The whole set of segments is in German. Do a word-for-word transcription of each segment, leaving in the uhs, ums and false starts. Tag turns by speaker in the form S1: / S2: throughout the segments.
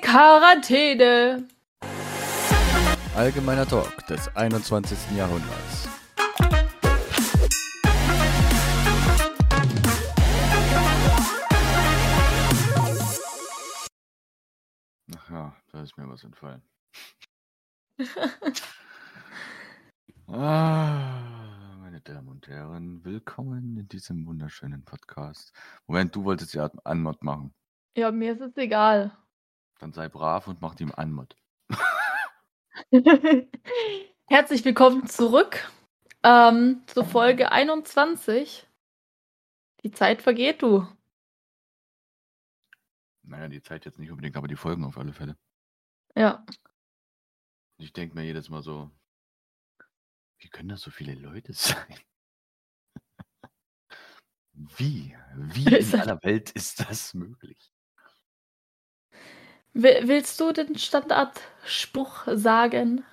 S1: Quarantäne.
S2: Allgemeiner Talk des einundzwanzigsten Jahrhunderts. Ach ja, da ist mir was entfallen. Ah, meine Damen und Herren, willkommen in diesem wunderschönen Podcast. Moment, du wolltest ja Anmod machen.
S1: Ja, mir ist es egal.
S2: Dann sei brav und mach ihm Anmod.
S1: Herzlich willkommen zurück ähm, zur Folge einundzwanzig. Die Zeit vergeht, du.
S2: Naja, die Zeit jetzt nicht unbedingt, aber die Folgen auf alle Fälle.
S1: Ja.
S2: Ich denke mir jedes Mal so, wie können das so viele Leute sein? Wie? Wie in aller Welt ist das möglich?
S1: Willst du den Standardspruch sagen?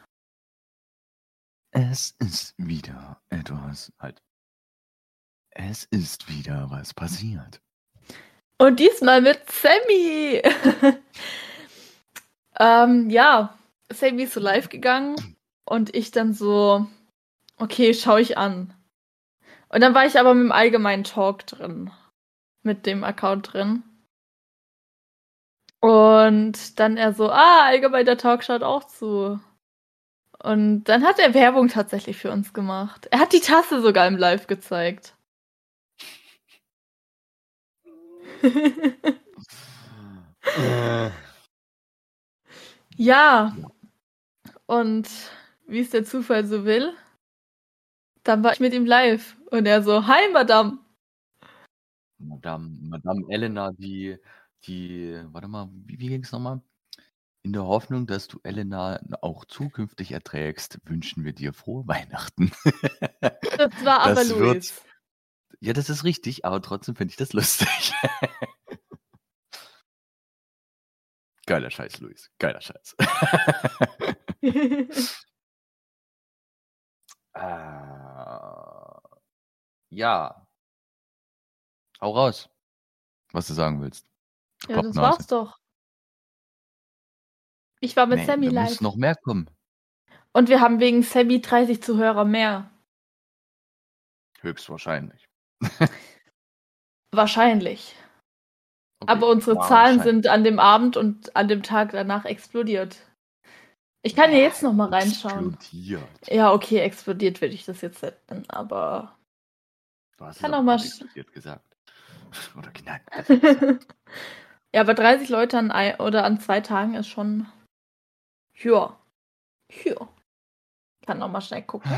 S2: Es ist wieder etwas, halt. Es ist wieder was passiert.
S1: Und diesmal mit Sammy. ähm, ja, Sammy ist so live gegangen und ich dann so, okay, schau ich an. Und dann war ich aber mit dem allgemeinen Talk drin. Mit dem Account drin. Und dann er so, ah, allgemeiner Talk schaut auch zu. Und dann hat er Werbung tatsächlich für uns gemacht. Er hat die Tasse sogar im Live gezeigt. Ja. Und wie es der Zufall so will, dann war ich mit ihm live. Und er so, hi, Madame.
S2: Madame, Madame Elena, die, die, warte mal, wie, wie ging es nochmal? In der Hoffnung, dass du Elena auch zukünftig erträgst, wünschen wir dir frohe Weihnachten.
S1: Das war aber
S2: das
S1: Luis.
S2: Wird, ja, das ist richtig, aber trotzdem finde ich das lustig. Geiler Scheiß, Luis. Geiler Scheiß. äh, ja. Hau raus, was du sagen willst.
S1: Ja, das
S2: Pappnase.
S1: war's doch. Ich war mit
S2: Nee,
S1: Sammy
S2: da
S1: live.
S2: muss noch mehr kommen.
S1: Und wir haben wegen Sammy dreißig Zuhörer mehr.
S2: Höchstwahrscheinlich.
S1: Wahrscheinlich.
S2: Okay,
S1: Aber unsere Zahlen sind an dem Abend und an dem Tag danach explodiert. Ich kann ja jetzt noch mal reinschauen.
S2: Explodiert.
S1: Ja, okay, explodiert würde ich das jetzt nennen, aber
S2: du hast
S1: kann
S2: es
S1: auch mal
S2: explodiert gesagt. Oder nein.
S1: Ja, aber dreißig Leute an ein oder an zwei Tagen ist schon. Ja. Ja. Kann noch mal schnell gucken.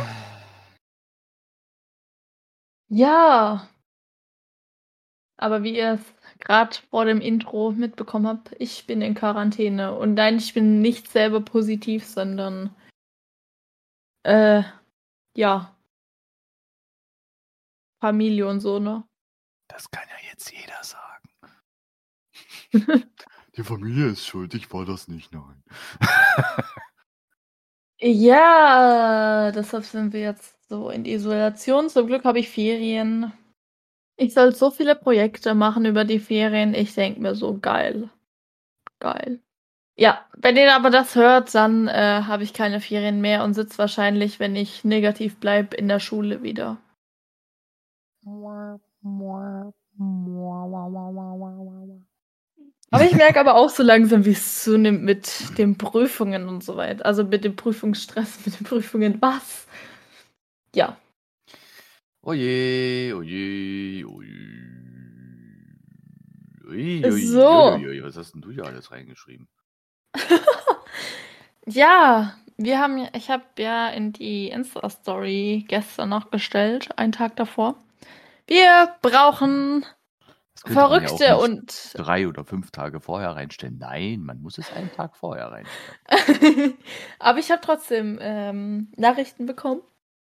S1: Ja. Aber wie ihr es gerade vor dem Intro mitbekommen habt, ich bin in Quarantäne. Und nein, ich bin nicht selber positiv, sondern äh, ja. Familie und so, ne?
S2: Das kann ja jetzt jeder sagen. Die Familie ist schuld, ich war das nicht, nein.
S1: Ja, deshalb sind wir jetzt so in Isolation. Zum Glück habe ich Ferien. Ich soll so viele Projekte machen über die Ferien. Ich denke mir so, geil. Geil. Ja, wenn ihr aber das hört, dann äh, habe ich keine Ferien mehr und sitze wahrscheinlich, wenn ich negativ bleibe, in der Schule wieder. Aber ich merke aber auch so langsam, wie es zunimmt mit den Prüfungen und so weiter. Also mit dem Prüfungsstress, mit den Prüfungen. Was? Ja.
S2: Oje, oje, oje. Ui, ui,
S1: So.
S2: Ui, ui, was hast denn du hier alles reingeschrieben?
S1: Ja, wir haben, ich habe ja in die Insta-Story gestern noch gestellt, einen Tag davor. Wir brauchen Verrückte
S2: ja
S1: und
S2: drei oder fünf Tage vorher reinstellen. Nein, man muss es einen Tag vorher reinstellen.
S1: Aber ich habe trotzdem ähm, Nachrichten bekommen.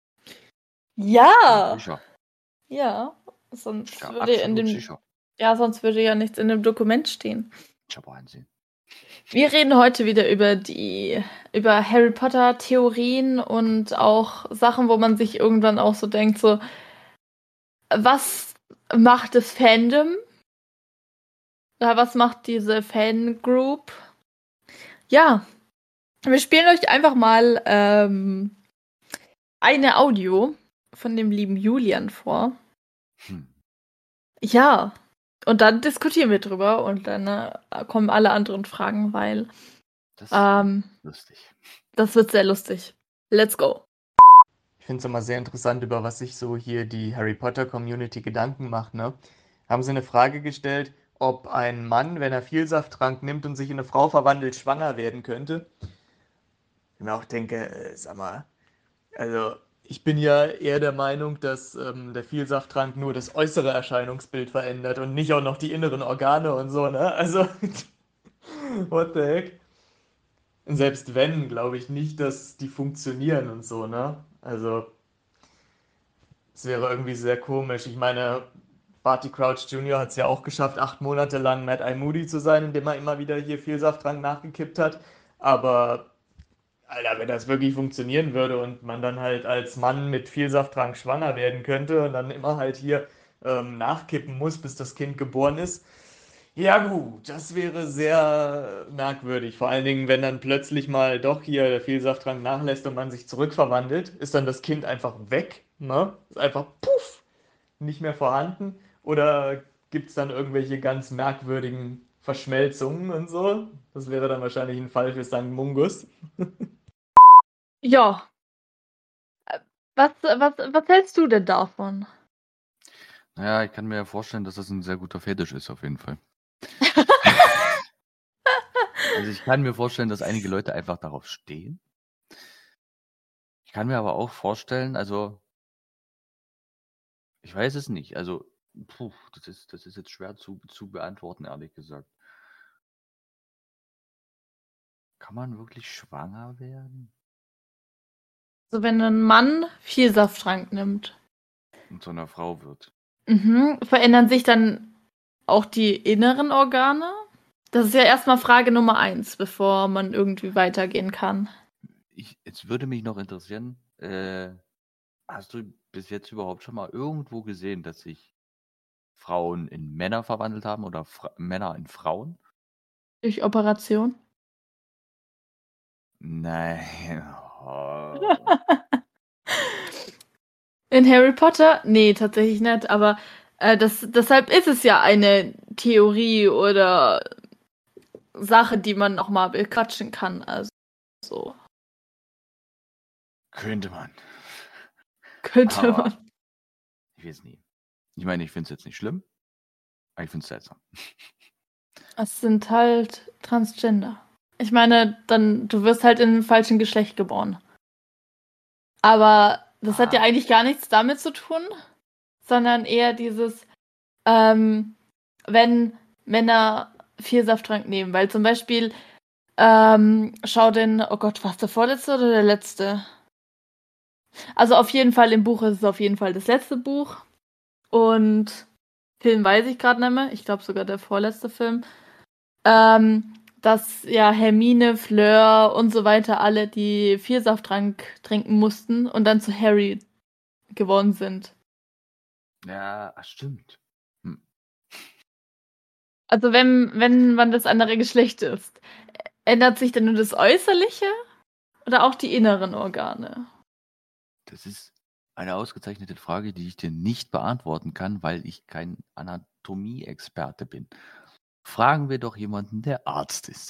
S1: Ja.
S2: Sicher.
S1: Ja. Sonst
S2: Ja,
S1: würde in dem
S2: sicher.
S1: Ja, sonst würde ja nichts in dem Dokument stehen.
S2: Ich habe einsehen.
S1: Wir reden heute wieder über die über Harry Potter Theorien und auch Sachen, wo man sich irgendwann auch so denkt, so was macht das Fandom? Oder was macht diese Fangroup Ja, wir spielen euch einfach mal ähm, eine Audio von dem lieben Julian vor.
S2: Hm.
S1: Ja, und dann diskutieren wir drüber und dann äh, kommen alle anderen Fragen, weil
S2: Das
S1: ähm,
S2: ist lustig.
S1: das wird sehr lustig. Let's go.
S3: Ich finde es immer sehr interessant, über was sich so hier die Harry Potter Community Gedanken macht, ne? Haben sie eine Frage gestellt, ob ein Mann, wenn er Vielsafttrank nimmt und sich in eine Frau verwandelt, schwanger werden könnte? Ich mir auch denke, äh, sag mal, also ich bin ja eher der Meinung, dass ähm, der Vielsafttrank nur das äußere Erscheinungsbild verändert und nicht auch noch die inneren Organe und so, ne? Also, what the heck? Und selbst wenn, glaube ich nicht, dass die funktionieren und so, ne? Also, es wäre irgendwie sehr komisch. Ich meine, Barty Crouch Junior hat es ja auch geschafft, acht Monate lang Mad Eye Moody zu sein, indem er immer wieder hier viel Safttrank nachgekippt hat. Aber, Alter, wenn das wirklich funktionieren würde und man dann halt als Mann mit viel Safttrank schwanger werden könnte und dann immer halt hier ähm, nachkippen muss, bis das Kind geboren ist. Ja gut, das wäre sehr merkwürdig. Vor allen Dingen, wenn dann plötzlich mal doch hier der Vielsafttrank nachlässt und man sich zurückverwandelt, ist dann das Kind einfach weg, ne? Ist einfach puff, nicht mehr vorhanden. Oder gibt es dann irgendwelche ganz merkwürdigen Verschmelzungen und so? Das wäre dann wahrscheinlich ein Fall für Sankt Mungus.
S1: Ja, äh, was, was, was hältst du denn davon?
S2: Naja, ich kann mir ja vorstellen, dass das ein sehr guter Fetisch ist, auf jeden Fall. Also ich kann mir vorstellen, dass einige Leute einfach darauf stehen. Ich kann mir aber auch vorstellen, also ich weiß es nicht. Also, puh, das ist, das ist jetzt schwer zu, zu beantworten, ehrlich gesagt. Kann man wirklich schwanger werden?
S1: So, wenn ein Mann viel Safttrank nimmt,
S2: Und zu einer Frau wird?
S1: mhm. Verändern sich dann auch die inneren Organe? Das ist ja erstmal Frage Nummer eins, bevor man irgendwie weitergehen kann.
S2: Ich, jetzt würde mich noch interessieren, äh, hast du bis jetzt überhaupt schon mal irgendwo gesehen, dass sich Frauen in Männer verwandelt haben oder Fra Männer in Frauen?
S1: Durch Operation?
S2: Nein. Oh.
S1: In Harry Potter? Nee, tatsächlich nicht, aber äh, das, deshalb ist es ja eine Theorie oder Sache, die man noch mal bequatschen kann. Also so
S2: Könnte man.
S1: könnte
S2: Aber
S1: man.
S2: ich weiß nie. Ich meine, ich finde es jetzt nicht schlimm, aber ich finde es seltsam.
S1: Es sind halt Transgender. Ich meine, dann, du wirst halt in einem falschen Geschlecht geboren. Aber das hat ja
S2: Ah,
S1: eigentlich gar nichts damit zu tun, sondern eher dieses, ähm, wenn Männer viel Safttrank nehmen. Weil zum Beispiel, ähm, schau den, oh Gott, was der vorletzte oder der letzte? Also auf jeden Fall im Buch ist es auf jeden Fall das letzte Buch. Und Film weiß ich gerade nicht mehr. Ich glaube sogar der vorletzte Film. Ähm, dass ja Hermine, Fleur und so weiter alle die Vielsafttrank trinken mussten und dann zu Harry geworden sind.
S2: ja, ach, stimmt. Hm.
S1: Also wenn, wenn man das andere Geschlecht ist, ändert sich dann nur das Äußerliche oder auch die inneren Organe?
S2: Das ist eine ausgezeichnete Frage, die ich dir nicht beantworten kann, weil ich kein Anatomie-Experte bin. Fragen wir doch jemanden, der Arzt ist.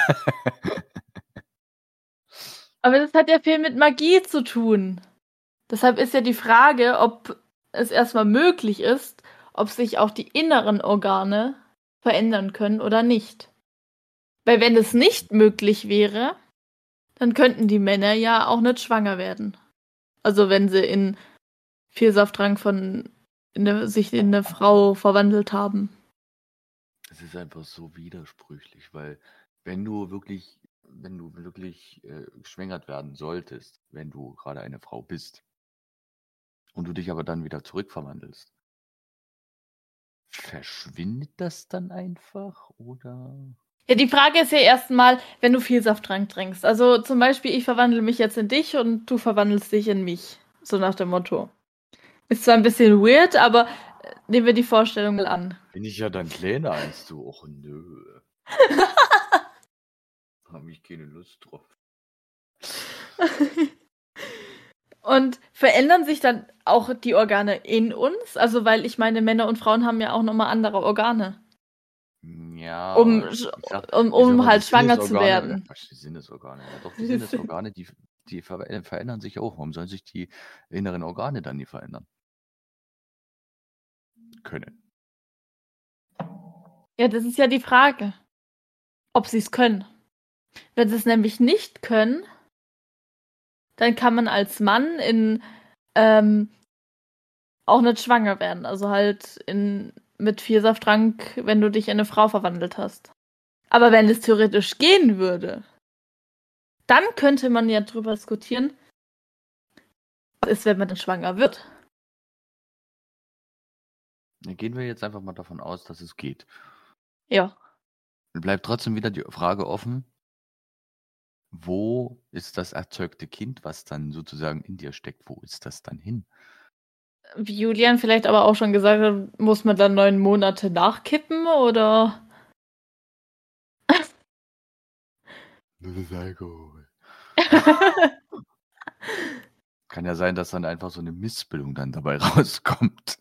S1: Aber das hat ja viel mit Magie zu tun. Deshalb ist ja die Frage, ob es erstmal möglich ist, ob sich auch die inneren Organe verändern können oder nicht. Weil wenn es nicht möglich wäre, dann könnten die Männer ja auch nicht schwanger werden. Also wenn sie in Vielsafttrank von in eine, sich in eine Frau verwandelt haben.
S2: Es ist einfach so widersprüchlich, weil wenn du wirklich, wenn du wirklich äh, geschwängert werden solltest, wenn du gerade eine Frau bist und du dich aber dann wieder zurückverwandelst, verschwindet das dann einfach oder?
S1: Ja, die Frage ist ja erstmal, wenn du viel Safttrank trinkst. Also zum Beispiel, ich verwandle mich jetzt in dich und du verwandelst dich in mich. So nach dem Motto. Ist zwar ein bisschen weird, aber äh, nehmen wir die Vorstellung mal an.
S2: Bin ich ja dann kleiner als du? Och nö. Wie habe ich keine Lust drauf.
S1: Und verändern sich dann auch die Organe in uns? Also, weil ich meine, Männer und Frauen haben ja auch nochmal andere Organe.
S2: Ja,
S1: Um,
S2: aber ich sag,
S1: um,
S2: ich sag
S1: um
S2: mal, die
S1: halt schwanger zu
S2: Sinnesorgane, ja,
S1: werden.
S2: Quatsch, die Sinnesorgane, ja doch, die Sinnesorgane, die, die ver verändern sich auch. Warum sollen sich die inneren Organe dann nie verändern können?
S1: Ja, das ist ja die Frage, ob sie es können. Wenn sie es nämlich nicht können, dann kann man als Mann in ähm, auch nicht schwanger werden. Also halt in, mit Vielsafttrank, wenn du dich in eine Frau verwandelt hast. Aber wenn es theoretisch gehen würde, dann könnte man ja drüber diskutieren, was ist, wenn man dann schwanger wird.
S2: Dann gehen wir jetzt einfach mal davon aus, dass es geht.
S1: Ja.
S2: Dann bleibt trotzdem wieder die Frage offen, wo ist das erzeugte Kind, was dann sozusagen in dir steckt, wo ist das dann hin?
S1: Wie Julian vielleicht aber auch schon gesagt hat, muss man dann neun Monate nachkippen, oder?
S2: Das ist Alkohol. Kann ja sein, dass dann einfach so eine Missbildung dann dabei rauskommt.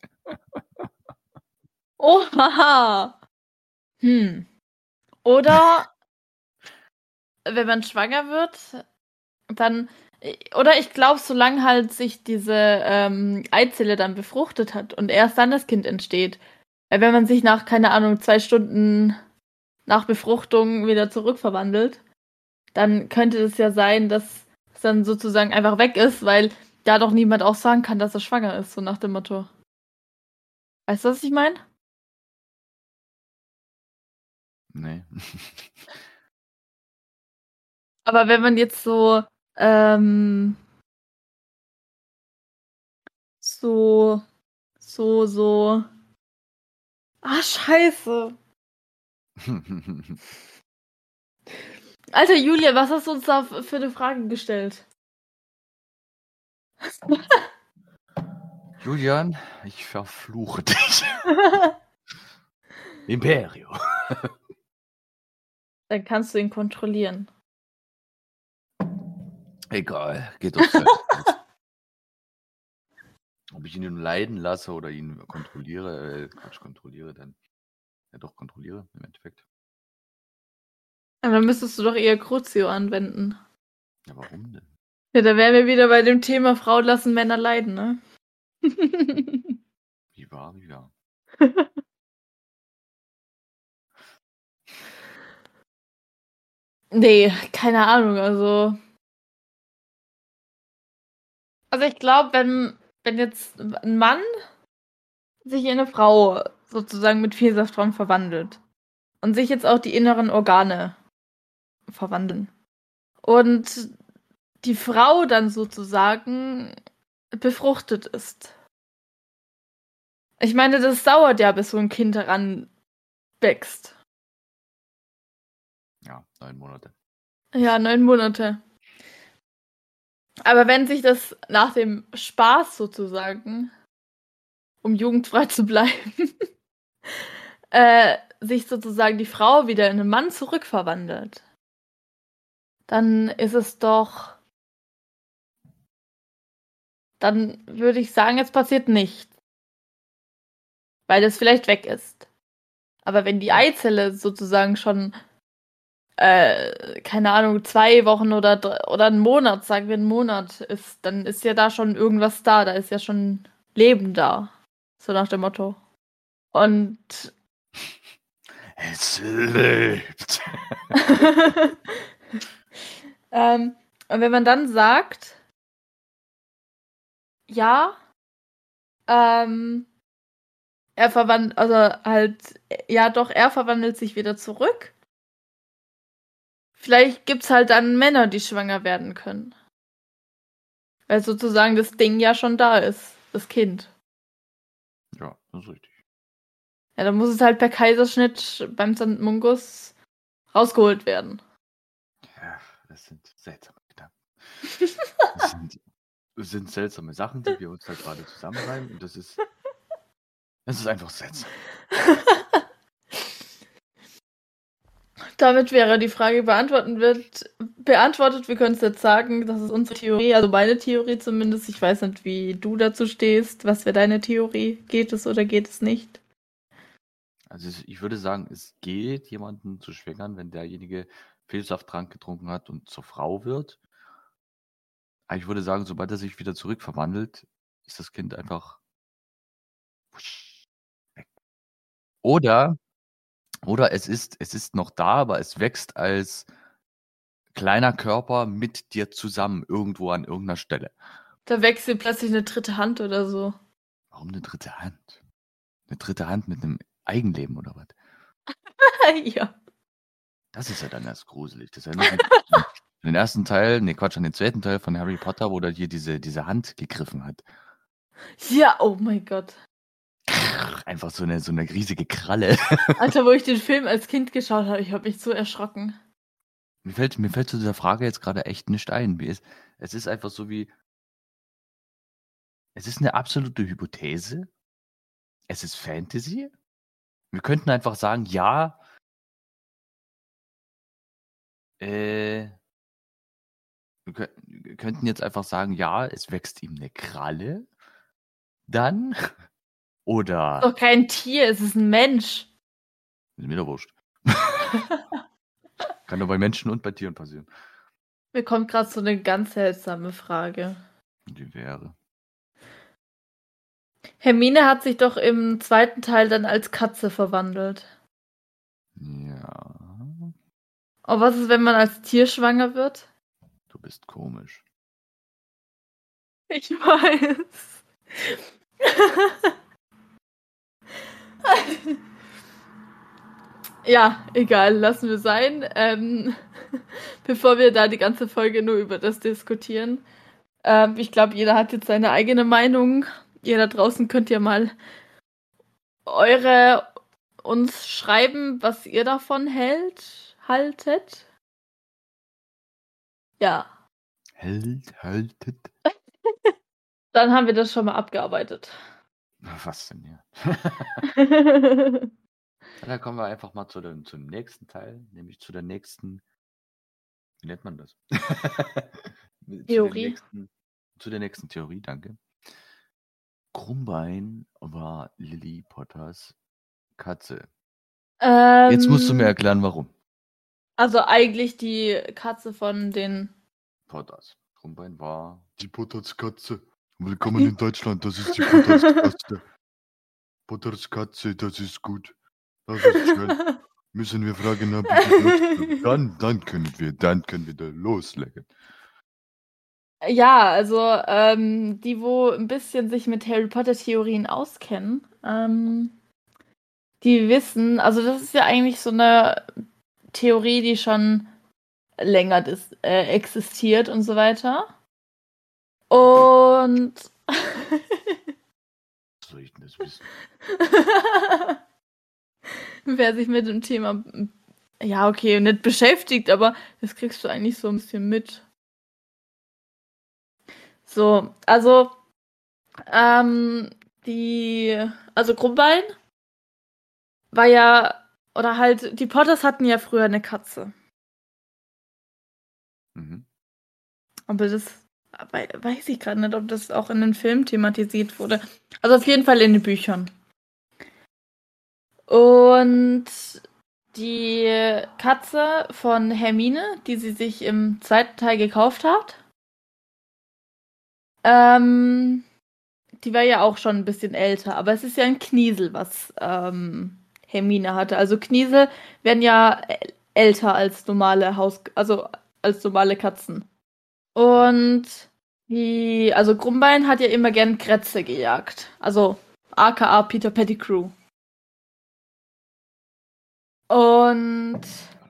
S1: Oha! Hm. Oder wenn man schwanger wird, dann. Oder ich glaube, solange halt sich diese ähm, Eizelle dann befruchtet hat und erst dann das Kind entsteht. Weil wenn man sich nach, keine Ahnung, zwei Stunden nach Befruchtung wieder zurückverwandelt, dann könnte es ja sein, dass es dann sozusagen einfach weg ist, weil da doch niemand auch sagen kann, dass er schwanger ist, so nach dem Motto. Weißt du, was ich meine?
S2: Nee.
S1: Aber wenn man jetzt so, ähm, so, so, so. Ah, scheiße. Alter, Julia, was hast du uns da für eine Frage gestellt?
S2: Julian, ich verfluche dich. Imperio.
S1: Dann kannst du ihn kontrollieren.
S2: Egal, geht doch selbst. Ob ich ihn nun leiden lasse oder ihn kontrolliere, äh, Quatsch, kontrolliere, dann ja doch kontrolliere im Endeffekt.
S1: Aber dann müsstest du doch eher Crucio anwenden.
S2: Ja, warum denn?
S1: Ja, da wären wir wieder bei dem Thema Frauen lassen Männer leiden, ne?
S2: Wie wahr, wie wahr.
S1: Nee, keine Ahnung, also. Also ich glaube, wenn, wenn jetzt ein Mann sich in eine Frau sozusagen mit Vielsafttrank verwandelt und sich jetzt auch die inneren Organe verwandeln und die Frau dann sozusagen befruchtet ist. Ich meine, das dauert ja, bis so ein Kind heranwächst.
S2: Ja, neun Monate.
S1: Ja, neun Monate. Aber wenn sich das nach dem Spaß sozusagen, um jugendfrei zu bleiben, äh, sich sozusagen die Frau wieder in einen Mann zurückverwandelt, dann ist es doch. Dann würde ich sagen, es passiert nichts. Weil das vielleicht weg ist. Aber wenn die Eizelle sozusagen schon, äh, keine Ahnung, zwei Wochen oder, dr- oder einen Monat, sagen wir einen Monat ist, dann ist ja da schon irgendwas da. Da ist ja schon Leben da. So nach dem Motto. Und
S2: Es lebt.
S1: ähm, und wenn man dann sagt, ja, ähm, er verwandelt, also halt, ja doch, er verwandelt sich wieder zurück. Vielleicht gibt's halt dann Männer, die schwanger werden können. Weil sozusagen das Ding ja schon da ist, das Kind.
S2: Ja, das ist richtig.
S1: Ja, dann muss es halt per Kaiserschnitt beim Sankt Mungus rausgeholt werden.
S2: Ja, das sind seltsame Gedanken. Das sind, das sind seltsame Sachen, die wir uns da gerade zusammenreimen und das ist, das ist einfach seltsam.
S1: Damit wäre die Frage beantwortet wird, beantwortet. Wir können es jetzt sagen, das ist unsere Theorie, also meine Theorie zumindest. Ich weiß nicht, wie du dazu stehst. Was wäre deine Theorie? Geht es oder geht es nicht?
S2: Also ich- ich würde sagen, es geht, jemanden zu schwängern, wenn derjenige Fehlsafttrank getrunken hat und zur Frau wird. Aber ich würde sagen, sobald er sich wieder zurückverwandelt, ist das Kind einfach wusch, weg. Oder, oder es ist, es ist noch da, aber es wächst als kleiner Körper mit dir zusammen irgendwo an irgendeiner Stelle.
S1: Da wechselt plötzlich eine dritte Hand oder so.
S2: Warum eine dritte Hand? Eine dritte Hand mit einem Eigenleben oder was?
S1: Ja.
S2: Das ist ja dann erst gruselig. Das erinnert mich an den ersten Teil, nee, Quatsch, an den zweiten Teil von Harry Potter, wo da hier diese, diese Hand gegriffen hat.
S1: Ja, oh mein Gott.
S2: Einfach so eine, so eine riesige Kralle.
S1: Alter, wo ich den Film als Kind geschaut habe, ich habe mich so erschrocken.
S2: Mir fällt, mir fällt zu dieser Frage jetzt gerade echt nicht ein. Wie ist, es ist einfach so wie, es ist eine absolute Hypothese. Es ist Fantasy. Wir könnten einfach sagen, ja, äh, wir, kö- wir könnten jetzt einfach sagen, ja, es wächst ihm eine Kralle. Dann. Oder.
S1: Doch kein Tier, es ist ein Mensch.
S2: Ist mir doch wurscht. Kann doch bei Menschen und bei Tieren passieren.
S1: Mir kommt gerade so eine ganz seltsame Frage.
S2: Die wäre.
S1: Hermine hat sich doch im zweiten Teil dann als Katze verwandelt.
S2: Ja.
S1: Und was ist, wenn man als Tier schwanger wird?
S2: Du bist komisch.
S1: Ich weiß. Ja, egal, lassen wir sein. Ähm, bevor wir da die ganze Folge nur über das diskutieren. Ähm, ich glaube, jeder hat jetzt seine eigene Meinung. Ihr da draußen könnt ja mal eure uns schreiben, was ihr davon hält, haltet. Ja.
S2: Hält, haltet.
S1: Dann haben wir das schon mal abgearbeitet.
S2: Was denn hier? Dann kommen wir einfach mal zu dem, zum nächsten Teil, nämlich zu der nächsten, wie nennt man das?
S1: Theorie.
S2: Zu, nächsten, zu der nächsten Theorie, danke. Krummbein war Lily Potters Katze.
S1: Ähm,
S2: Jetzt musst du mir erklären, warum.
S1: Also eigentlich die Katze von den
S2: Potters. Krummbein war die Potters Katze. Willkommen in Deutschland, das ist die Potters Katze. Potters Katze, das ist gut. Das ist schön. Müssen wir fragen, ob ich dann, dann können wir, dann können wir da loslegen.
S1: Ja, also ähm, die, wo ein bisschen sich mit Harry Potter Theorien auskennen, ähm, die wissen, also das ist ja eigentlich so eine Theorie, die schon länger dis- äh, existiert und so weiter. Und
S2: Was soll ich denn das wissen?
S1: wer sich mit dem Thema, ja, okay, nicht beschäftigt, aber das kriegst du eigentlich so ein bisschen mit. So, also, ähm, die, also Krummbein war ja, oder halt, die Potters hatten ja früher eine Katze.
S2: Mhm.
S1: Aber das wei- weiß ich gerade nicht, ob das auch in den Filmen thematisiert wurde. Also auf jeden Fall in den Büchern. Und die Katze von Hermine, die sie sich im zweiten Teil gekauft hat, ähm, die war ja auch schon ein bisschen älter, aber es ist ja ein Kniesel, was ähm, Hermine hatte. Also Kniesel werden ja äl- älter als normale Haus, also als normale Katzen. Und die, also Krummbein hat ja immer gern Krätze gejagt. Also aka Peter Pettigrew. Und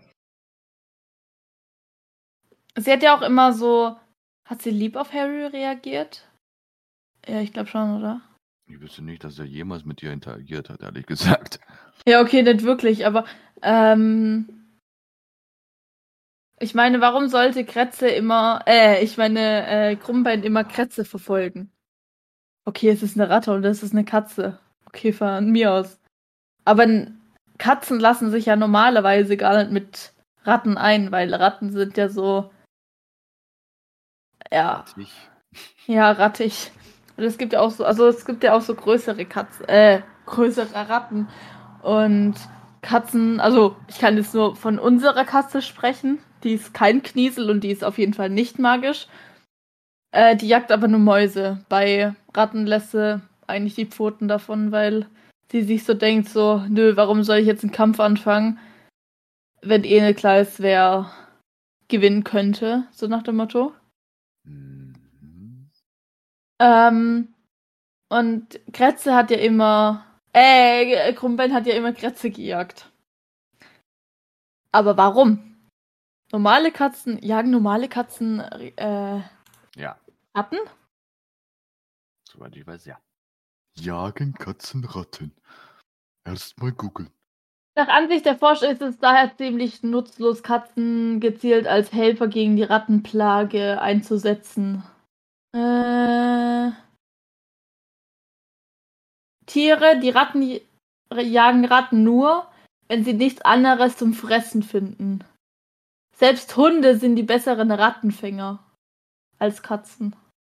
S1: sie hat ja auch immer so, hat sie lieb auf Harry reagiert? Ja, ich glaube schon, oder?
S2: Ich wüsste nicht, dass er jemals mit dir interagiert hat, ehrlich gesagt.
S1: Ja, okay, nicht wirklich, aber ähm, ich meine, warum sollte Kretze immer, äh, ich meine, äh, Krummbein immer Kretze verfolgen? Okay, es ist eine Ratte und es ist eine Katze. Okay, von mir aus. Aber n- Katzen lassen sich ja normalerweise gar nicht mit Ratten ein, weil Ratten sind ja so, ja,
S2: Rattig.
S1: ja, rattig. Und es gibt ja auch so, also es gibt ja auch so größere Katzen, äh, größere Ratten. Und Katzen, also ich kann jetzt nur von unserer Katze sprechen. Die ist kein Kniesel und die ist auf jeden Fall nicht magisch. Äh, die jagt aber nur Mäuse. Bei Ratten lässt sie eigentlich die Pfoten davon, weil sie sich so denkt, so, nö, warum soll ich jetzt einen Kampf anfangen, wenn eh nicht klar ist, wer gewinnen könnte, so nach dem Motto.
S2: Mhm.
S1: Ähm, und Grätze hat ja immer, äh, Krummbein hat ja immer Grätze gejagt. Aber warum? Normale Katzen, jagen normale Katzen, äh,
S2: Ja,
S1: Ratten?
S2: soweit ich weiß, ja. Jagen Katzen Ratten. Erstmal googeln.
S1: Nach Ansicht der Forscher ist es daher ziemlich nutzlos, Katzen gezielt als Helfer gegen die Rattenplage einzusetzen. Äh, Tiere, die Ratten j- jagen Ratten nur, wenn sie nichts anderes zum Fressen finden. Selbst Hunde sind die besseren Rattenfänger als Katzen.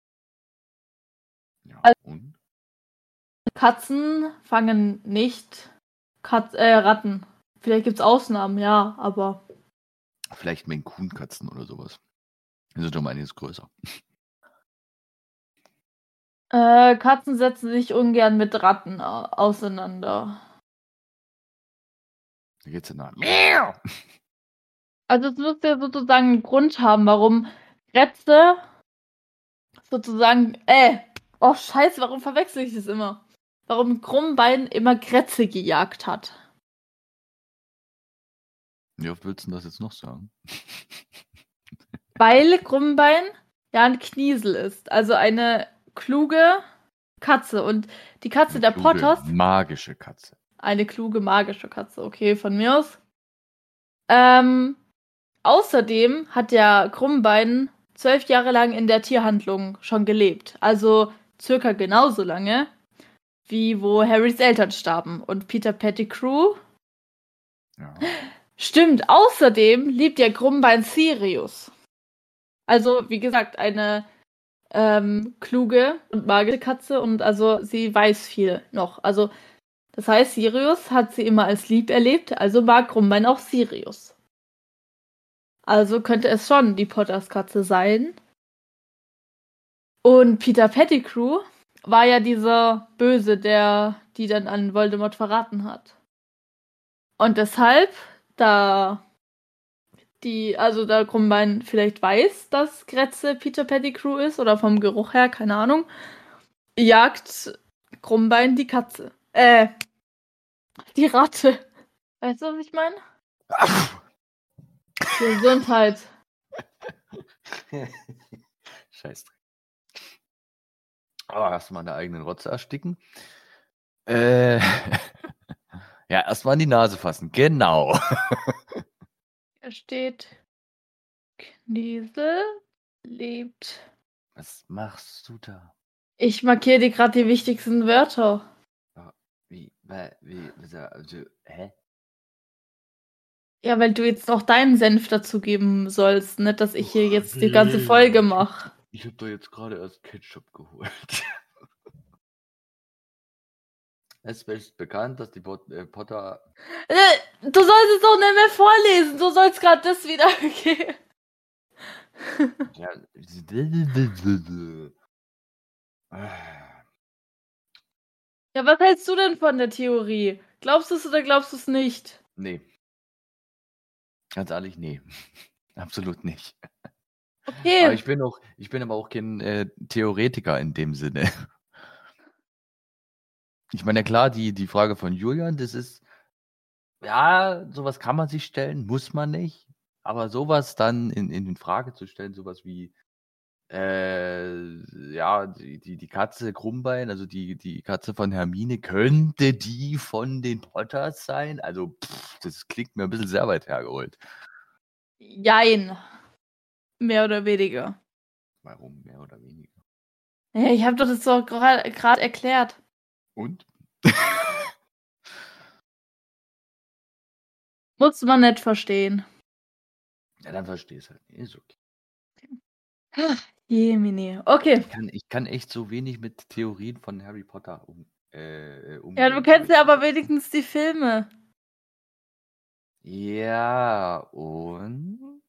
S2: Ja,
S1: Also
S2: und?
S1: Katzen fangen nicht Kat äh, Ratten. Vielleicht gibt's Ausnahmen, ja, aber
S2: Vielleicht Maine-Coon-Katzen oder sowas. Die sind um einiges größer.
S1: äh, Katzen setzen sich ungern mit Ratten au- auseinander.
S2: Da geht's ja nach. Miau!
S1: Also es muss ja sozusagen einen Grund haben, warum Grätze sozusagen, äh, oh Scheiße, warum verwechsel ich das immer? Warum Krummbein immer Grätze gejagt hat.
S2: Wie oft willst du das jetzt noch sagen?
S1: Weil Krummbein ja ein Kniesel ist. Also eine kluge Katze. Und die Katze
S2: Eine
S1: der
S2: kluge,
S1: Potters,
S2: magische Katze.
S1: eine kluge, magische Katze. Okay, von mir aus. Ähm, außerdem hat der Krummbein zwölf Jahre lang in der Tierhandlung schon gelebt. Also circa genauso lange, wie wo Harrys Eltern starben. Und Peter Pettigrew.
S2: Ja.
S1: Stimmt, außerdem liebt der Krummbein Sirius. Also, wie gesagt, eine ähm, kluge und magische Katze und also sie weiß viel noch. Also, das heißt, Sirius hat sie immer als lieb erlebt, also mag Krummbein auch Sirius. Also könnte es schon die Potters Katze sein. Und Peter Pettigrew war ja dieser Böse, der die dann an Voldemort verraten hat. Und deshalb, da die, also da Krummbein vielleicht weiß, dass Grätze Peter Pettigrew ist oder vom Geruch her, keine Ahnung, jagt Krummbein die Katze. Äh, die Ratte. Weißt du, was ich meine? Gesundheit.
S2: Scheißdreck. Aber erstmal an der eigenen Rotze ersticken. Äh, ja, erstmal in die Nase fassen. Genau.
S1: Da steht, Kniesel lebt.
S2: Was machst du da?
S1: Ich markiere dir gerade die wichtigsten Wörter.
S2: Wie, wie, wie, also, hä?
S1: Ja, weil du jetzt noch deinen Senf dazugeben sollst, nicht, dass ich hier jetzt die ganze Folge mache.
S2: Ich hab da jetzt gerade erst Ketchup geholt. Es ist bekannt, dass die Pot äh, Potter.
S1: Äh, Du sollst es doch nicht mehr vorlesen. Du sollst gerade das wieder gehen.
S2: Ja.
S1: Ja, was hältst du denn von der Theorie? Glaubst du es oder glaubst du es nicht?
S2: Nee. Ganz ehrlich, nee. Absolut nicht.
S1: Okay.
S2: Aber ich bin auch, ich bin aber auch kein äh, Theoretiker in dem Sinne. Ich meine, ja klar, die, die Frage von Julian, das ist, ja, sowas kann man sich stellen, muss man nicht. Aber sowas dann in, in Frage zu stellen, sowas wie, äh, ja, die, die, die Katze Krummbein, also die, die Katze von Hermine, könnte die von den Potters sein? Also, pff, das klingt mir ein bisschen sehr weit hergeholt.
S1: Jein. Mehr oder weniger.
S2: Warum mehr oder weniger?
S1: Ja, ich habe doch das doch gerade erklärt.
S2: Und?
S1: Muss man nicht verstehen.
S2: Ja, dann verstehst du halt. Ist okay.
S1: Ach, Jemine. Okay.
S2: Ich kann, ich kann echt so wenig mit Theorien von Harry Potter um, äh,
S1: Ja, du
S2: umgehen.
S1: kennst
S2: aber
S1: ja
S2: ich-
S1: aber wenigstens die Filme.
S2: Ja, und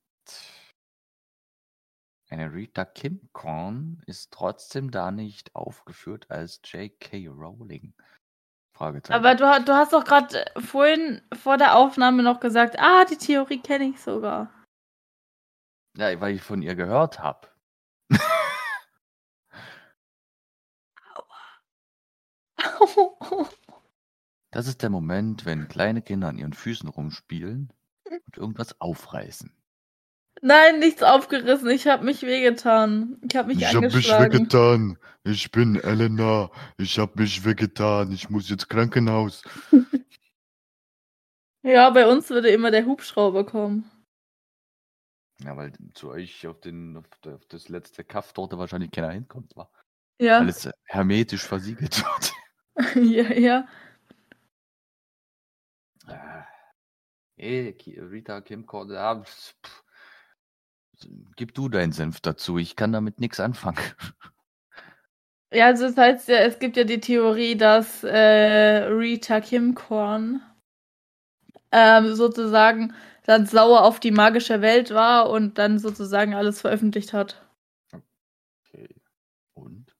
S2: eine Rita Kimcorn ist trotzdem da nicht aufgeführt als J K. Rowling. Fragezeichen.
S1: Aber du, ha- du hast doch gerade vorhin vor der Aufnahme noch gesagt, ah, die Theorie kenne ich sogar.
S2: Ja, weil ich von ihr gehört habe. Das ist der Moment, wenn kleine Kinder an ihren Füßen rumspielen und irgendwas aufreißen.
S1: Nein, nichts aufgerissen. Ich habe mich wehgetan. Ich habe mich
S2: Ich hab mich
S1: angeschlagen.
S2: wehgetan. Ich bin Elena. Ich hab mich wehgetan. Ich muss jetzt Krankenhaus.
S1: Ja, bei uns würde immer der Hubschrauber kommen.
S2: Ja, weil zu euch auf, den, auf, der, auf das letzte Kaff dort wahrscheinlich keiner hinkommt, war.
S1: Ja,
S2: Alles hermetisch versiegelt wird.
S1: ja, ja.
S2: Ah. Ey, Ki- Rita Kimcorn, ja, pff, pff. Gib du deinen Senf dazu. Ich kann damit nichts anfangen.
S1: Ja, also das heißt ja, es gibt ja die Theorie, dass äh, Rita Kimcorn ähm, sozusagen dann sauer auf die magische Welt war und dann sozusagen alles veröffentlicht hat.
S2: Okay. Und?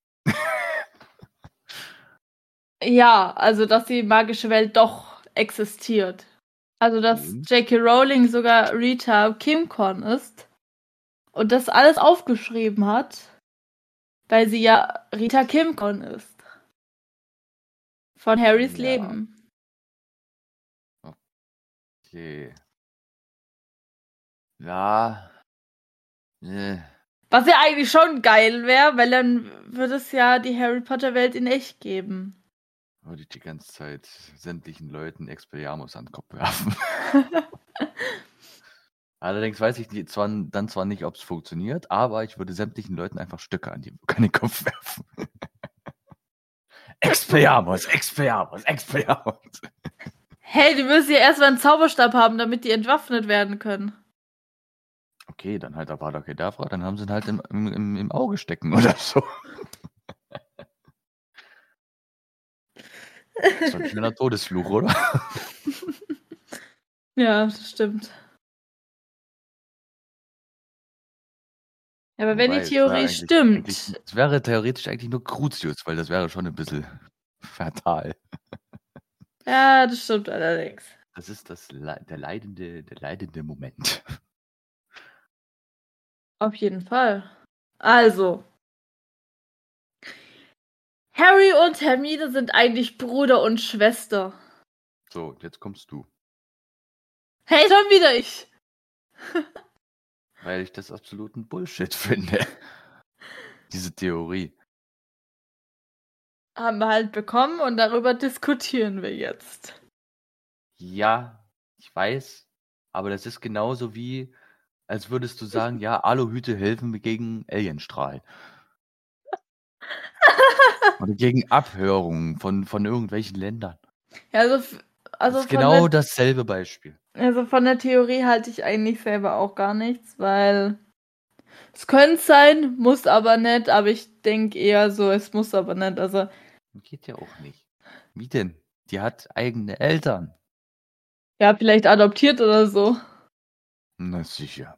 S1: Ja, also dass die magische Welt doch existiert. Also dass
S2: Und?
S1: J K. Rowling sogar Rita Kimcorn ist und das alles aufgeschrieben hat, weil sie ja Rita Kimcorn ist. Von Harrys
S2: Ja.
S1: Leben.
S2: Okay. Ja. Äh.
S1: Was ja eigentlich schon geil wäre, weil dann würde es ja die Harry Potter Welt in echt geben.
S2: Würde ich die ganze Zeit sämtlichen Leuten Expelliarmus an den Kopf werfen. Allerdings weiß ich die zwar, dann zwar nicht, ob es funktioniert, aber ich würde sämtlichen Leuten einfach Stücke an, die, an den Kopf werfen. Expelliarmus, Expelliarmus, Expelliarmus.
S1: Hey, die müssen ja erstmal einen Zauberstab haben, damit die entwaffnet werden können.
S2: Okay, dann halt Avada Kedavra, dann haben sie ihn halt im, im, im Auge stecken oder so. Das ist doch ein schöner Todesfluch, oder?
S1: Ja, das stimmt. Aber wenn
S2: Wobei,
S1: die
S2: es
S1: Theorie
S2: wäre eigentlich-
S1: stimmt.
S2: eigentlich- Es wäre theoretisch eigentlich nur Crucius, weil das wäre schon ein bisschen fatal.
S1: Ja, das stimmt allerdings.
S2: Das ist das Le der leidende, der leidende Moment.
S1: Auf jeden Fall. Also. Harry und Hermine sind eigentlich Bruder und Schwester.
S2: So, jetzt kommst du.
S1: Hey, schon wieder ich.
S2: Weil ich das absoluten Bullshit finde. Diese Theorie.
S1: Haben wir halt bekommen und darüber diskutieren wir jetzt.
S2: Ja, ich weiß, aber das ist genauso wie, als würdest du sagen, ja, Aluhüte helfen mir gegen Alienstrahl. Oder gegen Abhörungen von, von irgendwelchen Ländern.
S1: Ja, also, f- also,
S2: Das ist
S1: von
S2: genau
S1: der,
S2: dasselbe Beispiel.
S1: also von der Theorie halte ich eigentlich selber auch gar nichts, weil es könnte sein, muss aber nicht, aber ich denke eher so, es muss aber nicht. Also,
S2: Geht ja auch nicht. Wie denn? Die hat eigene Eltern.
S1: ja, vielleicht adoptiert oder so.
S2: Na sicher.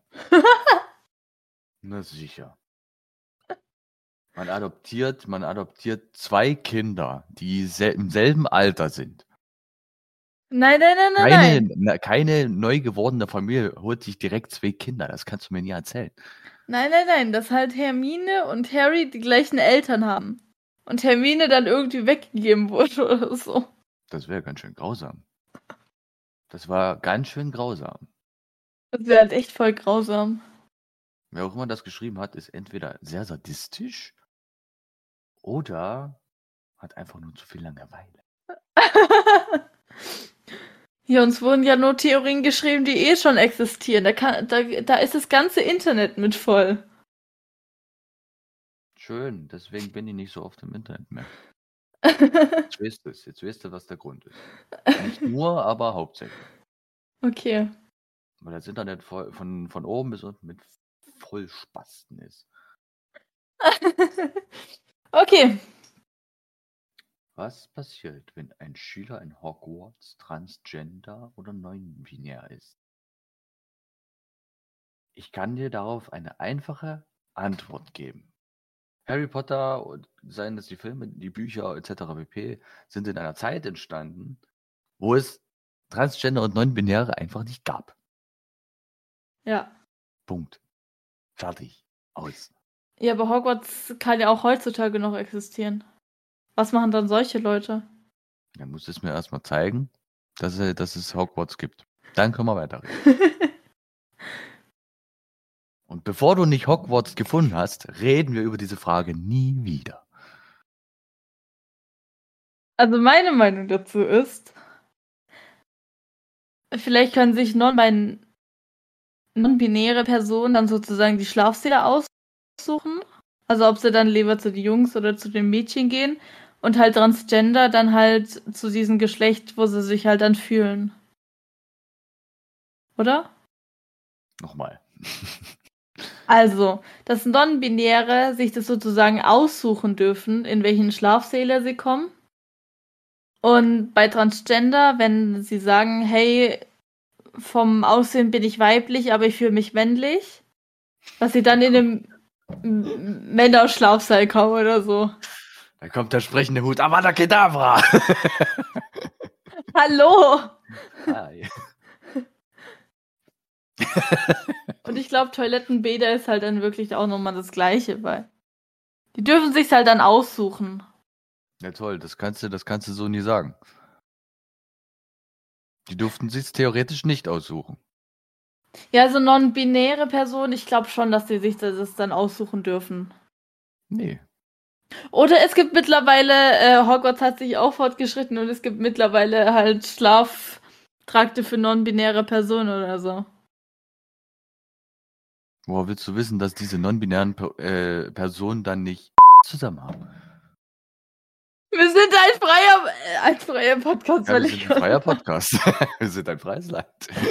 S2: Na sicher. Man adoptiert, man adoptiert zwei Kinder, die sel im selben Alter sind.
S1: Nein, nein, nein, nein,
S2: Keine,
S1: nein.
S2: na, keine neu gewordene Familie holt sich direkt zwei Kinder. Das kannst du mir nie erzählen.
S1: Nein, nein, nein, dass halt Hermine und Harry die gleichen Eltern haben. Und Hermine dann irgendwie weggegeben wurde oder so.
S2: Das wäre ganz schön grausam. Das war ganz schön grausam.
S1: Das wäre halt echt voll grausam.
S2: Wer auch immer das geschrieben hat, ist entweder sehr sadistisch oder hat einfach nur zu viel Langeweile.
S1: Hier, uns wurden ja nur Theorien geschrieben, die eh schon existieren. Da, kann, da, da ist das ganze Internet mit voll.
S2: Schön, deswegen bin ich nicht so oft im Internet mehr. Jetzt weißt du es, jetzt weißt du, was der Grund ist. Nicht nur, aber hauptsächlich.
S1: Okay.
S2: weil das Internet voll, von, von oben bis unten mit Vollspasten ist.
S1: Okay.
S2: Was passiert, wenn ein Schüler in Hogwarts transgender oder non-binär ist? Ich kann dir darauf eine einfache Antwort geben. Harry Potter und seien es die Filme, die Bücher et cetera pp. Sind in einer Zeit entstanden, wo es Transgender und Non-Binäre einfach nicht gab.
S1: Ja.
S2: Punkt. Fertig. Aus.
S1: Ja, aber Hogwarts kann ja auch heutzutage noch existieren. Was machen dann solche Leute?
S2: Dann musst du es mir erstmal zeigen, dass, es- dass es Hogwarts gibt. Dann können wir weiterreden. Und bevor du nicht Hogwarts gefunden hast, reden wir über diese Frage nie wieder.
S1: Also meine Meinung dazu ist, vielleicht können sich non- non-binäre Personen dann sozusagen die Schlafsäle aussuchen. Also ob sie dann lieber zu den Jungs oder zu den Mädchen gehen. Und halt Transgender dann halt zu diesem Geschlecht, wo sie sich halt dann fühlen. Oder?
S2: Nochmal.
S1: Also, dass Non-Binäre sich das sozusagen aussuchen dürfen, in welchen Schlafsäle sie kommen. Und bei Transgender, wenn sie sagen, hey, vom Aussehen bin ich weiblich, aber ich fühle mich männlich, dass sie dann in einem M- Männerschlafsaal kommen oder so.
S2: Da kommt der sprechende Hut. Avada Kedavra!
S1: Hallo!
S2: Hi.
S1: Und ich glaube, Toilettenbäder ist halt dann wirklich auch nochmal das Gleiche, weil die dürfen sich's halt dann aussuchen.
S2: Ja toll, das kannst du, das kannst du so nie sagen. Die durften sich theoretisch nicht aussuchen.
S1: Ja, also non-binäre Personen, ich glaube schon, dass die sich das dann aussuchen dürfen.
S2: Nee.
S1: Oder es gibt mittlerweile, äh, Hogwarts hat sich auch fortgeschritten und es gibt mittlerweile halt Schlaftrakte für non-binäre Personen oder so.
S2: Woher willst du wissen, dass diese non-binären per äh, Personen dann nicht zusammen haben?
S1: Wir sind ein freier, äh, ein freier Podcast,
S2: Ja,
S1: weil
S2: wir
S1: ich
S2: sind ein freier Podcast. Wir sind ein freies Land.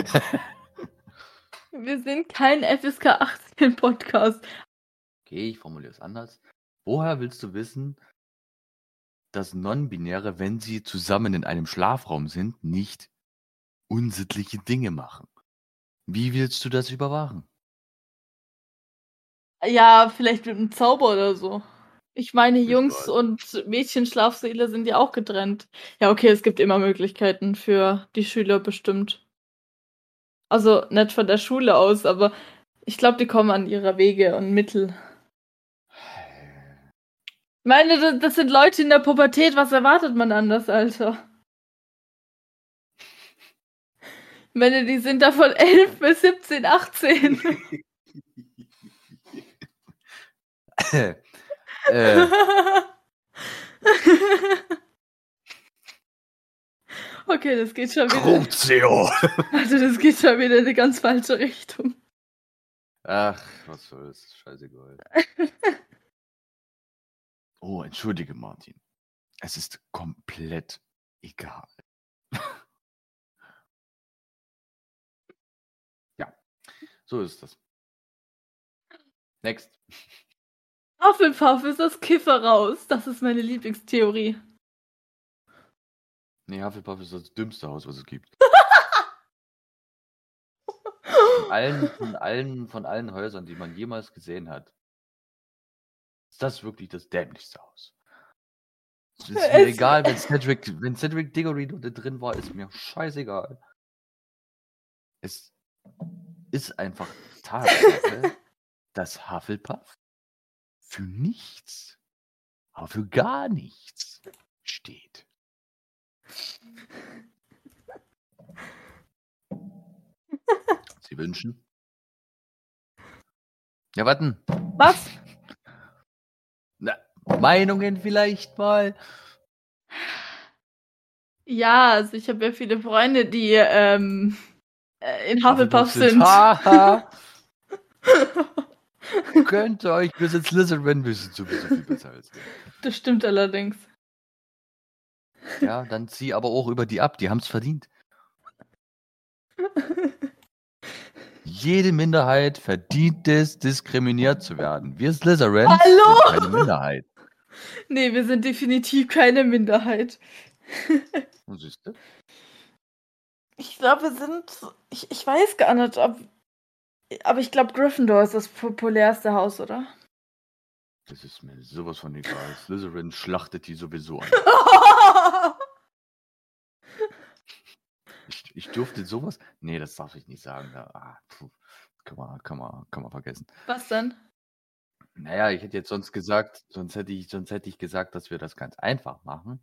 S1: Wir sind kein F S K achtzehn Podcast.
S2: Okay, ich formuliere es anders. Woher willst du wissen, dass Non-Binäre, wenn sie zusammen in einem Schlafraum sind, nicht unsittliche Dinge machen? Wie willst du das überwachen?
S1: Ja, vielleicht mit einem Zauber oder so. Ich meine,
S2: Ist
S1: Jungs-
S2: egal.
S1: und Mädchenschlafsäle sind ja auch getrennt. Ja, okay, es gibt immer Möglichkeiten für die Schüler bestimmt. Also nicht von der Schule aus, aber ich glaube, die kommen an ihre Wege und Mittel. Ich meine, das, das sind Leute in der Pubertät. Was erwartet man anders, Alter? Ich meine, die sind da von elf bis siebzehn, achtzehn.
S2: äh,
S1: Okay, das geht schon wieder.
S2: Crucio!
S1: Also, das geht schon wieder in eine ganz falsche Richtung.
S2: Ach, was soll's. Scheißegal. Oh, entschuldige, Martin. Es ist komplett egal. Ja, so ist das. Next.
S1: Hufflepuff ist das Kiffer raus. Das ist meine Lieblingstheorie.
S2: Nee, Hufflepuff ist das dümmste Haus, was es gibt. Von allen, von allen, von allen Häusern, die man jemals gesehen hat, ist das wirklich das dämlichste Haus. Es ist mir
S1: Es-
S2: egal, wenn Cedric, wenn Cedric Diggory da drin war, ist mir scheißegal. Es ist einfach Tatsache, dass Hufflepuff für nichts, aber für gar nichts steht. Sie wünschen? Ja, warten.
S1: Was?
S2: Na, Meinungen vielleicht mal?
S1: Ja, also ich habe ja viele Freunde, die ähm, äh, in Hufflepuff sind.
S2: Haha. Könnt ihr euch, wir sind Slytherin, wir sind sowieso viel besser als ihr.
S1: Das stimmt allerdings.
S2: Ja, dann zieh aber auch über die ab, die haben's verdient. jede Minderheit verdient es, diskriminiert zu werden. Wir Slytherins
S1: Hallo?
S2: sind keine Minderheit.
S1: Nee, wir sind definitiv keine Minderheit.
S2: Und siehst du?
S1: Ich glaube, wir sind. Ich, ich weiß gar nicht, ob. Aber ich glaube, Gryffindor ist das populärste Haus, oder?
S2: Das ist mir sowas von egal. Slytherin schlachtet die sowieso an. Ich, ich durfte sowas. Nee, das darf ich nicht sagen. Da, ah, puh, kann, man, kann, man, kann man vergessen.
S1: Was denn?
S2: Naja, ich hätte jetzt sonst gesagt, sonst hätte ich, sonst hätte ich gesagt, dass wir das ganz einfach machen.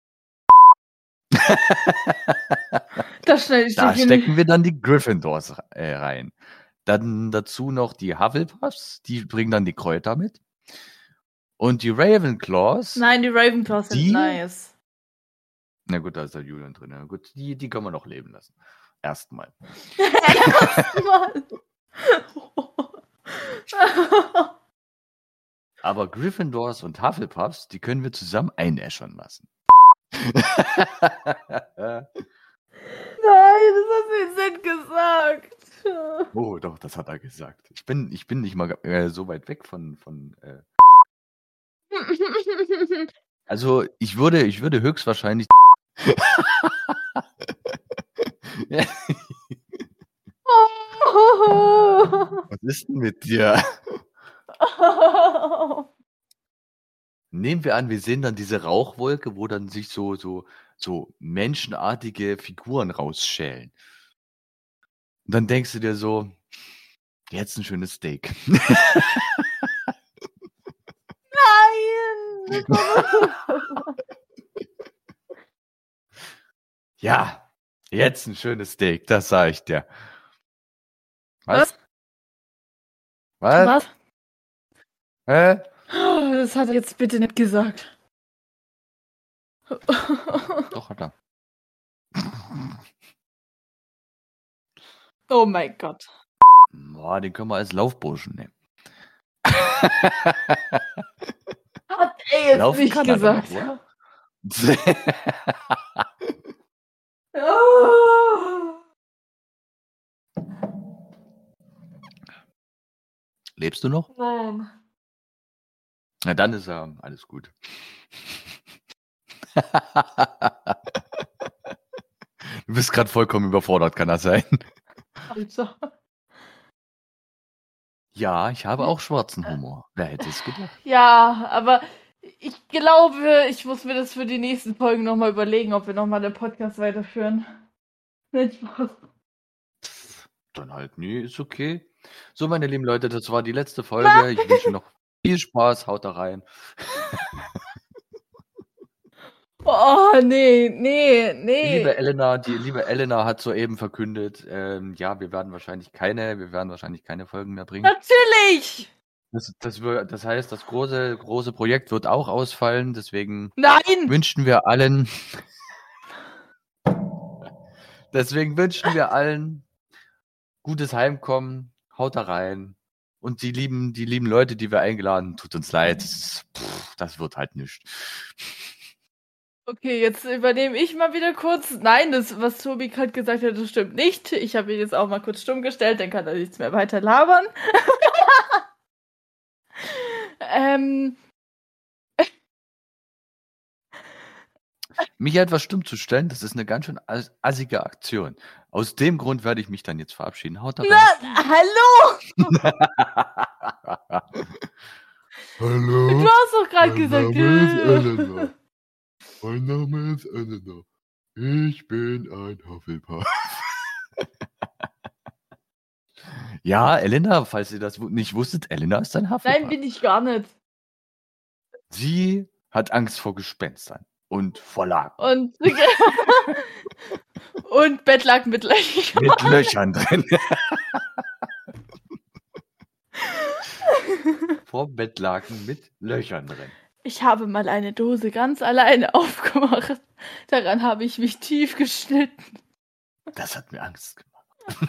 S1: Das schneide ich
S2: Da
S1: dir
S2: stecken
S1: nicht.
S2: wir dann die Gryffindors äh, rein. Dann dazu noch die Hufflepuffs, die bringen dann die Kräuter mit. Und die Ravenclaws.
S1: Nein, die Ravenclaws sind
S2: Die?
S1: nice.
S2: Na gut, da ist der Julian drin. Na gut, die, die können wir noch leben lassen. Erstmal.
S1: Erstmal.
S2: Aber Gryffindors und Hufflepuffs, die können wir zusammen einäschern lassen.
S1: Nein, das hast du jetzt nicht gesagt.
S2: Oh, doch, das hat er gesagt. Ich bin, ich bin nicht mal äh, so weit weg von. von äh also, ich würde, ich würde höchstwahrscheinlich. Was ist denn mit dir? Nehmen wir an, wir sehen dann diese Rauchwolke, wo dann sich so, so, so menschenartige Figuren rausschälen. Und dann denkst du dir so, jetzt ein schönes Steak.
S1: Nein!
S2: Ja, jetzt ein schönes Steak, das sage ich dir. Was? Was?
S1: Was?
S2: Hä?
S1: Das hat er jetzt bitte nicht gesagt.
S2: Doch, hat er.
S1: Oh mein Gott.
S2: Boah, den können wir als Laufburschen nehmen.
S1: Hat er jetzt
S2: Laufen
S1: nicht
S2: kann er doch
S1: gesagt.
S2: noch, oder?
S1: Oh.
S2: Lebst du noch?
S1: Nein.
S2: Na, dann ist ja alles gut. Du bist gerade vollkommen überfordert, kann das sein?
S1: Also.
S2: Ja, ich habe auch schwarzen Humor. Wer hätte es gedacht?
S1: Ja, aber ich glaube, ich muss mir das für die nächsten Folgen nochmal überlegen, ob wir nochmal den Podcast weiterführen. Nicht Spaß.
S2: Dann halt, nee, ist okay. So, meine lieben Leute, das war die letzte Folge. Ich wünsche noch viel Spaß. Haut da rein.
S1: Oh, nee, nee,
S2: Die
S1: nee.
S2: liebe Elena, die liebe Elena hat soeben verkündet, ähm, ja, wir werden wahrscheinlich keine, wir werden wahrscheinlich keine Folgen mehr bringen.
S1: Natürlich!
S2: Das, das, wir- das heißt, das große, große Projekt wird auch ausfallen. Deswegen
S1: Nein!
S2: wünschen wir allen, deswegen wünschen wir allen gutes Heimkommen. Haut da rein. Und die lieben, die lieben Leute, die wir eingeladen, tut uns leid. Das, ist- pff, das wird halt nichts.
S1: Okay, jetzt übernehme ich mal wieder kurz. Nein, das, was Tobi gerade gesagt hat, das stimmt nicht. Ich habe ihn jetzt auch mal kurz stumm gestellt, dann kann er nichts mehr weiter labern. ähm,
S2: Mich etwas stumm zu stellen, das ist eine ganz schön as- assige Aktion. Aus dem Grund werde ich mich dann jetzt verabschieden. Haut da rein.
S1: na, hallo!
S2: Hallo.
S1: Du hast doch gerade gesagt.
S2: Elena. Mein Name ist Elena. Ich bin ein Hufflepuff. Ja, Elena, falls ihr das wu- nicht wusstet, Elena ist ein Hufflepuff.
S1: Nein, bin ich gar nicht.
S2: Sie hat Angst vor Gespenstern und vor Laken.
S1: Und, und Bettlaken mit Löchern.
S2: Mit Löchern drin. Vor Bettlaken mit Löchern drin.
S1: Ich habe mal eine Dose ganz alleine aufgemacht. Daran habe ich mich tief geschnitten.
S2: Das hat mir Angst gemacht.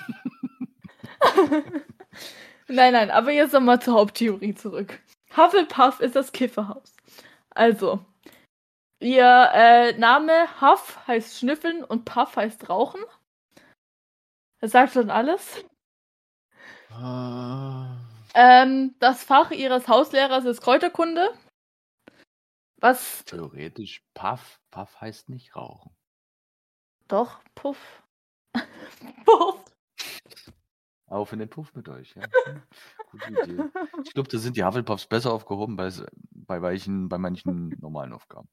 S1: Nein, nein, aber jetzt nochmal zur Haupttheorie zurück. Hufflepuff ist das Kifferhaus. Also, ihr äh, Name Huff heißt Schnüffeln und Puff heißt Rauchen. Das sagt schon alles.
S2: Äh,
S1: Ähm, das Fach ihres Hauslehrers ist Kräuterkunde. Was?
S2: Theoretisch Puff. Puff heißt nicht rauchen.
S1: Doch, Puff. Puff.
S2: Auf in den Puff mit euch, ja. Hm, Gute Idee. Ich glaube, da sind die Hufflepuffs besser aufgehoben bei, s- bei, weichen, bei manchen normalen Aufgaben.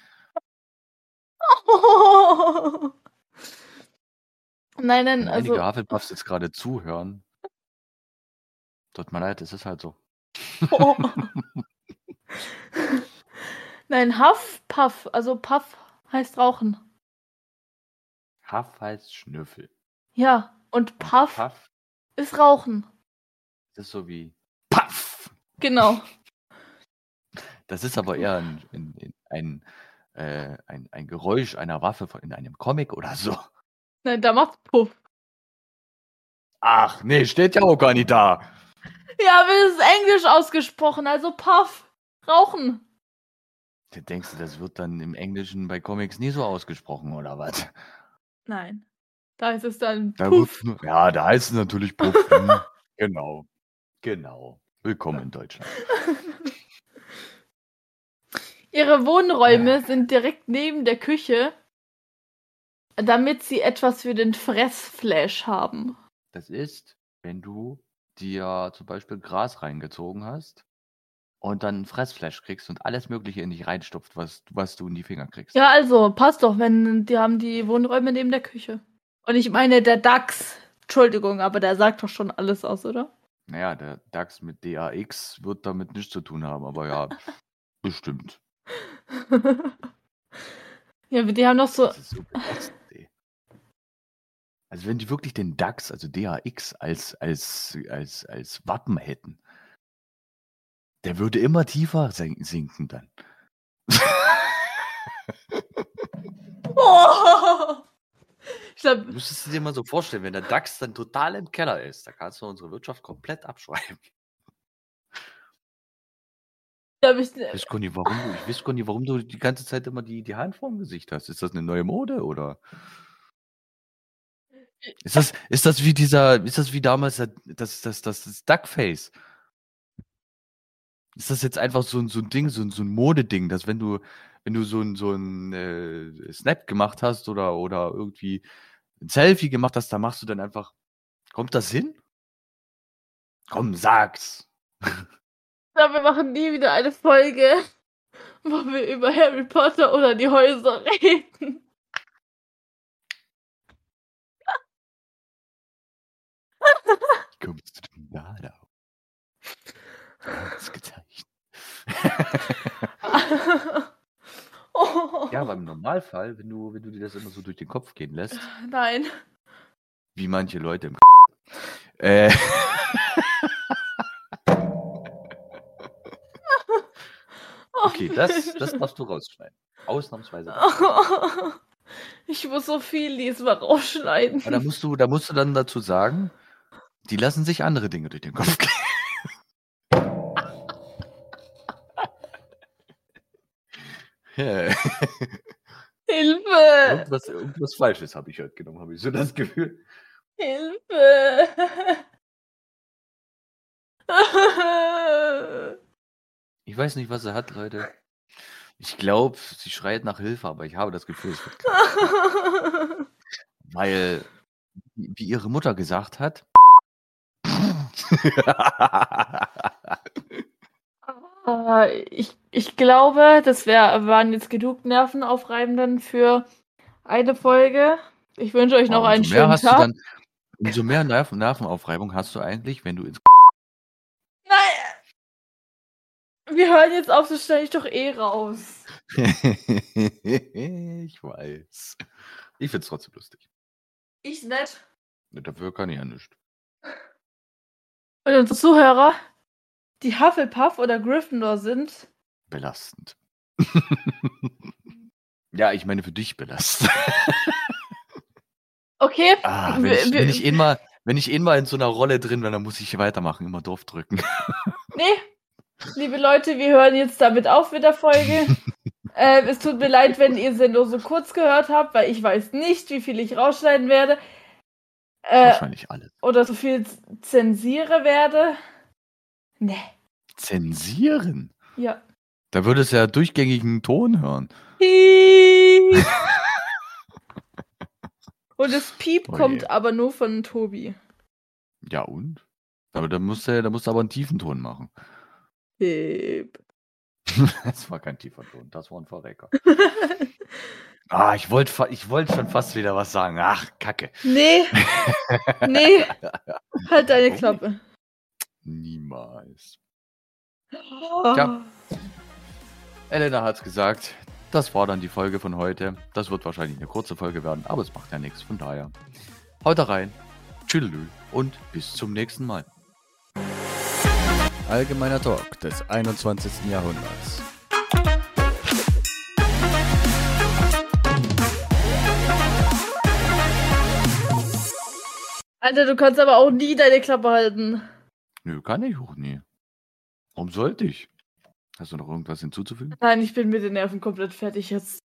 S1: Nein, nein,
S2: Wenn einige
S1: also.
S2: Hufflepuffs jetzt gerade zuhören, tut mir leid, es ist halt so.
S1: Oh. Nein, Huff, Puff. Also Puff heißt rauchen.
S2: Huff heißt Schnüffel.
S1: Ja, und
S2: Und
S1: Puff
S2: Puff
S1: ist rauchen.
S2: ist so wie Puff.
S1: Genau.
S2: Das ist aber eher ein, ein, ein, äh, ein, ein Geräusch einer Waffe von- in einem Comic oder so.
S1: Nein, da macht's Puff.
S2: Ach, nee, steht ja auch gar nicht da.
S1: Ja, aber es ist Englisch ausgesprochen, also Puff. Rauchen.
S2: Da denkst du, das wird dann im Englischen bei Comics nie so ausgesprochen, oder was?
S1: Nein. Da ist es dann
S2: Da
S1: Puff.
S2: wird's nur, ja, da heißt es natürlich Puff. Hm, genau. Genau. Willkommen in Deutschland.
S1: Ihre Wohnräume sind direkt neben der Küche, damit sie etwas für den Fressflash haben.
S2: Das ist, wenn du dir zum Beispiel Gras reingezogen hast und dann ein Fressflash kriegst und alles Mögliche in dich reinstopft, was, was du in die Finger kriegst.
S1: Ja, also, passt doch, wenn die haben die Wohnräume neben der Küche. Und ich meine, der Dachs, Entschuldigung, aber der sagt doch schon alles aus, oder?
S2: Naja, der DAX mit D A X wird damit nichts zu tun haben, aber ja, bestimmt.
S1: Ja, aber die haben doch so.
S2: Das ist so belastend, ey. Also wenn die wirklich den DAX, also D A X, als, als, als, als Wappen hätten, der würde immer tiefer sen- sinken dann.
S1: Oh! Ich
S2: Du
S1: glaube,
S2: müsstest dir mal so vorstellen, wenn der DAX dann total im Keller ist, da kannst du unsere Wirtschaft komplett abschreiben.
S1: glaub ich,
S2: Ich weiß gar nicht, warum du, ich weiß gar nicht, warum du die ganze Zeit immer die, die Hand vorm Gesicht hast. Ist das eine neue Mode oder? Ist das, ist das wie dieser, ist das wie damals der- das, das, das, das Duckface? Ist das jetzt einfach so ein, so ein Ding, so ein, so ein Modeding, dass wenn du, wenn du so ein, so ein äh, Snap gemacht hast oder, oder irgendwie ein Selfie gemacht hast, da machst du dann einfach, kommt das hin? Komm, sag's.
S1: ich glaub, wir machen nie wieder eine Folge, wo wir über Harry Potter oder die Häuser reden.
S2: Wie kommst du denn da drauf? Ausgezeichnet.
S1: Oh.
S2: Ja, aber im Normalfall, wenn du, wenn du dir das immer so durch den Kopf gehen lässt,
S1: Nein.
S2: wie manche Leute im äh, Okay, das, das darfst du rausschneiden. Ausnahmsweise. darfst du rausschneiden.
S1: Ich muss so viel diesmal rausschneiden.
S2: Aber da musst du, da musst du dann dazu sagen, die lassen sich andere Dinge durch den Kopf gehen. Ja.
S1: Hilfe!
S2: Irgendwas, irgendwas Falsches habe ich heute genommen, habe ich so das Gefühl.
S1: Hilfe!
S2: Ich weiß nicht, was er hat, Leute. Ich glaube, sie schreit nach Hilfe, aber ich habe das Gefühl, es wird krank. Weil, wie wie ihre Mutter gesagt hat.
S1: Ah, ich, ich glaube, das wär, waren jetzt genug Nervenaufreibenden für eine Folge. Ich wünsche euch noch
S2: Oh,
S1: einen
S2: umso mehr
S1: schönen
S2: hast du
S1: Tag.
S2: dann, umso mehr Nerven, Nervenaufreibung hast du eigentlich, wenn du ins
S1: Nein! Wir hören jetzt auf, so stelle ich doch eh raus.
S2: Ich weiß. Ich find's trotzdem lustig.
S1: Ich nicht.
S2: Ja, dafür kann ich ja nichts.
S1: Und unsere Zuhörer, die Hufflepuff oder Gryffindor sind.
S2: Belastend. Ja, ich meine für dich belastend.
S1: Okay.
S2: Ah, wenn,
S1: wir-
S2: ich,
S1: wir-
S2: wenn, ich eh mal, wenn ich eh mal in so einer Rolle drin bin, dann muss ich weitermachen, immer doof drücken.
S1: Nee, liebe Leute, wir hören jetzt damit auf mit der Folge. äh, es tut mir leid, wenn ihr sie nur so kurz gehört habt, weil ich weiß nicht, wie viel ich rausschneiden werde. Äh,
S2: Wahrscheinlich alles.
S1: oder so viel z- zensiere werde. Nee.
S2: Zensieren?
S1: Ja.
S2: Da würdest du ja durchgängigen Ton hören.
S1: Piep. Und das Piep
S2: Oh je.
S1: kommt aber nur von Tobi.
S2: Ja und? Aber da musst du, da musst du aber einen tiefen Ton machen.
S1: Piep.
S2: Das war kein tiefer Ton, das war ein Verrecker. Ah, ich wollte ich wollt schon fast wieder was sagen. Ach, Kacke.
S1: Nee. Nee. Halt deine
S2: Warum
S1: Klappe.
S2: Niemals.
S1: Oh.
S2: Tja. Elena hat's gesagt. Das war dann die Folge von heute. Das wird wahrscheinlich eine kurze Folge werden, aber es macht ja nichts. Von daher, haut da rein. Tschüss und bis zum nächsten Mal.
S4: Allgemeiner Talk des einundzwanzigsten Jahrhunderts.
S1: Alter, du kannst aber auch nie deine Klappe halten.
S2: Nö, kann ich auch nie. Warum sollte ich? Hast du noch irgendwas hinzuzufügen?
S1: Nein, ich bin mit den Nerven komplett fertig jetzt.